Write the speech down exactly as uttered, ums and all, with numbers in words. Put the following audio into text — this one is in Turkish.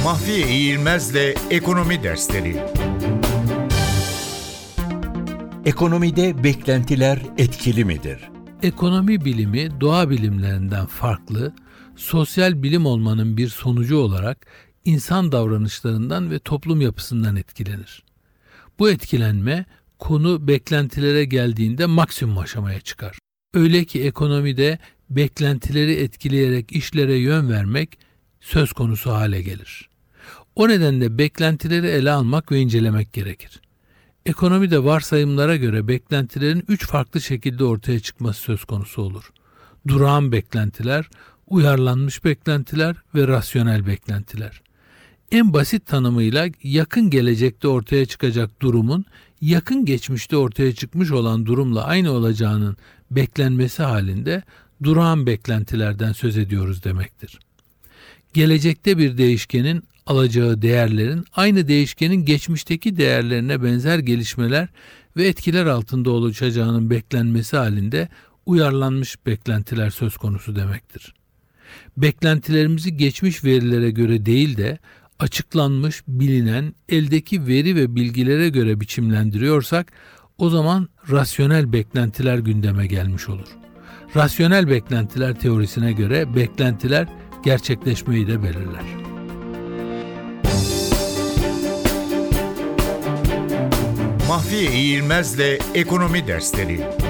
Mahfiye İğilmez'le Ekonomi Dersleri. Ekonomide beklentiler etkili midir? Ekonomi bilimi doğa bilimlerinden farklı, sosyal bilim olmanın bir sonucu olarak insan davranışlarından ve toplum yapısından etkilenir. Bu etkilenme konu beklentilere geldiğinde maksimum aşamaya çıkar. Öyle ki ekonomide beklentileri etkileyerek işlere yön vermek söz konusu hale gelir. O nedenle beklentileri ele almak ve incelemek gerekir. Ekonomide varsayımlara göre beklentilerin üç farklı şekilde ortaya çıkması söz konusu olur. Durağan beklentiler, uyarlanmış beklentiler ve rasyonel beklentiler. En basit tanımıyla yakın gelecekte ortaya çıkacak durumun yakın geçmişte ortaya çıkmış olan durumla aynı olacağının beklenmesi halinde durağan beklentilerden söz ediyoruz demektir. Gelecekte bir değişkenin alacağı değerlerin aynı değişkenin geçmişteki değerlerine benzer gelişmeler ve etkiler altında oluşacağının beklenmesi halinde uyarlanmış beklentiler söz konusu demektir. Beklentilerimizi geçmiş verilere göre değil de açıklanmış, bilinen, eldeki veri ve bilgilere göre biçimlendiriyorsak o zaman rasyonel beklentiler gündeme gelmiş olur. Rasyonel beklentiler teorisine göre beklentiler gerçekleşmeyi de belirler. Mahfiye İğilmez'le Ekonomi Dersleri.